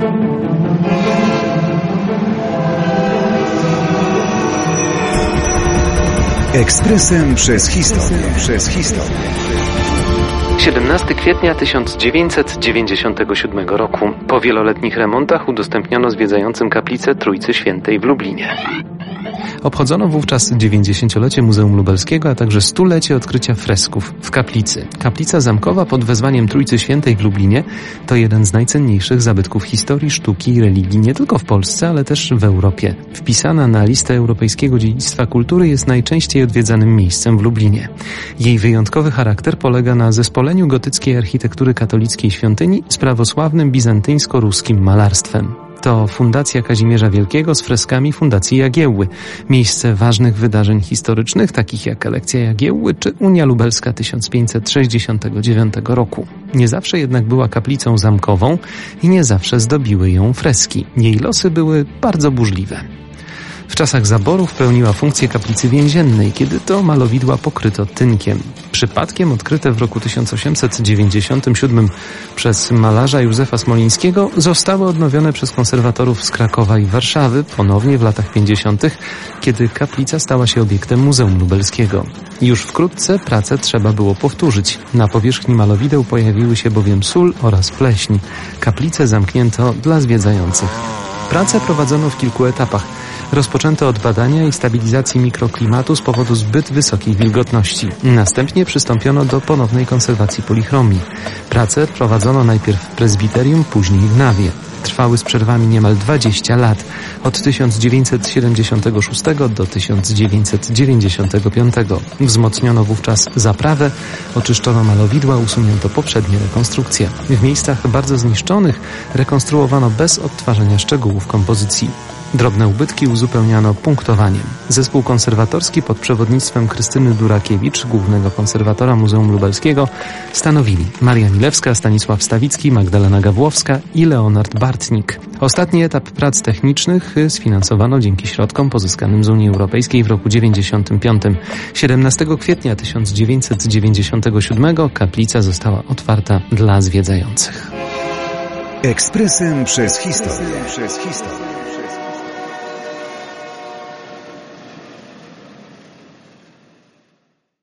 Ekspresem przez historię. 17 kwietnia 1997 roku. Po wieloletnich remontach udostępniono zwiedzającym kaplicę Trójcy Świętej w Lublinie. Obchodzono wówczas 90-lecie Muzeum Lubelskiego, a także 100-lecie odkrycia fresków w kaplicy. Kaplica zamkowa pod wezwaniem Trójcy Świętej w Lublinie to jeden z najcenniejszych zabytków historii, sztuki i religii nie tylko w Polsce, ale też w Europie. Wpisana na listę Europejskiego Dziedzictwa Kultury jest najczęściej odwiedzanym miejscem w Lublinie. Jej wyjątkowy charakter polega na zespoleniu gotyckiej architektury katolickiej świątyni z prawosławnym bizantyńsko-ruskim malarstwem. To Fundacja Kazimierza Wielkiego z freskami Fundacji Jagiełły. Miejsce ważnych wydarzeń historycznych, takich jak elekcja Jagiełły czy Unia Lubelska 1569 roku. Nie zawsze jednak była kaplicą zamkową i nie zawsze zdobiły ją freski. Jej losy były bardzo burzliwe. W czasach zaborów pełniła funkcję kaplicy więziennej, kiedy to malowidła pokryto tynkiem. Przypadkiem odkryte w roku 1897 przez malarza Józefa Smolińskiego zostały odnowione przez konserwatorów z Krakowa i Warszawy ponownie w latach 50., kiedy kaplica stała się obiektem Muzeum Lubelskiego. Już wkrótce pracę trzeba było powtórzyć. Na powierzchni malowideł pojawiły się bowiem sól oraz pleśń. Kaplicę zamknięto dla zwiedzających. Pracę prowadzono w kilku etapach. Rozpoczęto od badania i stabilizacji mikroklimatu z powodu zbyt wysokiej wilgotności. Następnie przystąpiono do ponownej konserwacji polichromii. Pracę prowadzono najpierw w prezbiterium, później w nawie. Trwały z przerwami niemal 20 lat, od 1976 do 1995. Wzmocniono wówczas zaprawę, oczyszczono malowidła, usunięto poprzednie rekonstrukcje. W miejscach bardzo zniszczonych rekonstruowano bez odtwarzania szczegółów kompozycji. Drobne ubytki uzupełniano punktowaniem. Zespół konserwatorski pod przewodnictwem Krystyny Durakiewicz, głównego konserwatora Muzeum Lubelskiego, stanowili Maria Milewska, Stanisław Stawicki, Magdalena Gawłowska i Leonard Bartnik. Ostatni etap prac technicznych sfinansowano dzięki środkom pozyskanym z Unii Europejskiej w roku 1995. 17 kwietnia 1997 kaplica została otwarta dla zwiedzających. Ekspresem przez historię.